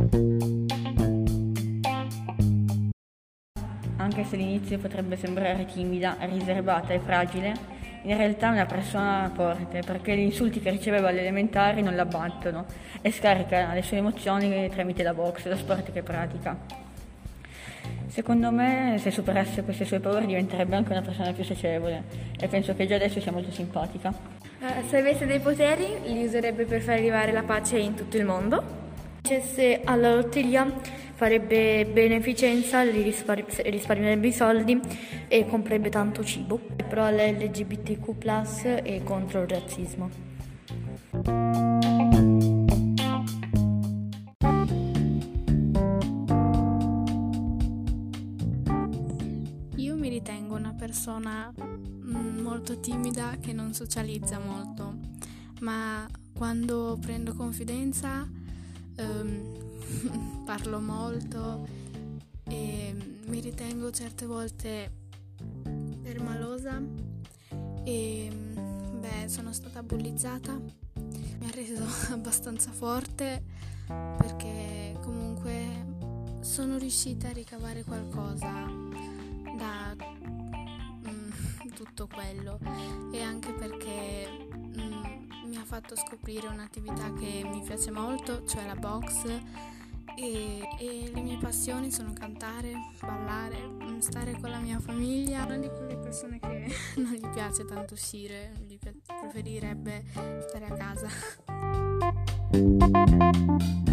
Anche se all'inizio potrebbe sembrare timida, riservata e fragile, in realtà è una persona forte, perché gli insulti che riceveva alle elementari non la abbattono e scarica le sue emozioni tramite la box, lo sport che pratica. Secondo me, se superasse queste sue paure diventerebbe anche una persona più socievole e penso che già adesso sia molto simpatica. Se avesse dei poteri, li userebbe per far arrivare la pace in tutto il mondo. Se alla lotteria farebbe beneficenza, risparmierebbe i soldi e comprerebbe tanto cibo. Pro all'LGBTQ+ e contro il razzismo. Io mi ritengo una persona molto timida che non socializza molto, ma quando prendo confidenza parlo molto e mi ritengo certe volte permalosa e sono stata bullizzata. Mi ha reso abbastanza forte perché comunque sono riuscita a ricavare qualcosa da tutto quello e anche perché mi ha fatto scoprire un'attività che mi piace molto, cioè la box, e le mie passioni sono cantare, ballare, stare con la mia famiglia. Una di quelle persone che non gli piace tanto uscire, preferirebbe stare a casa.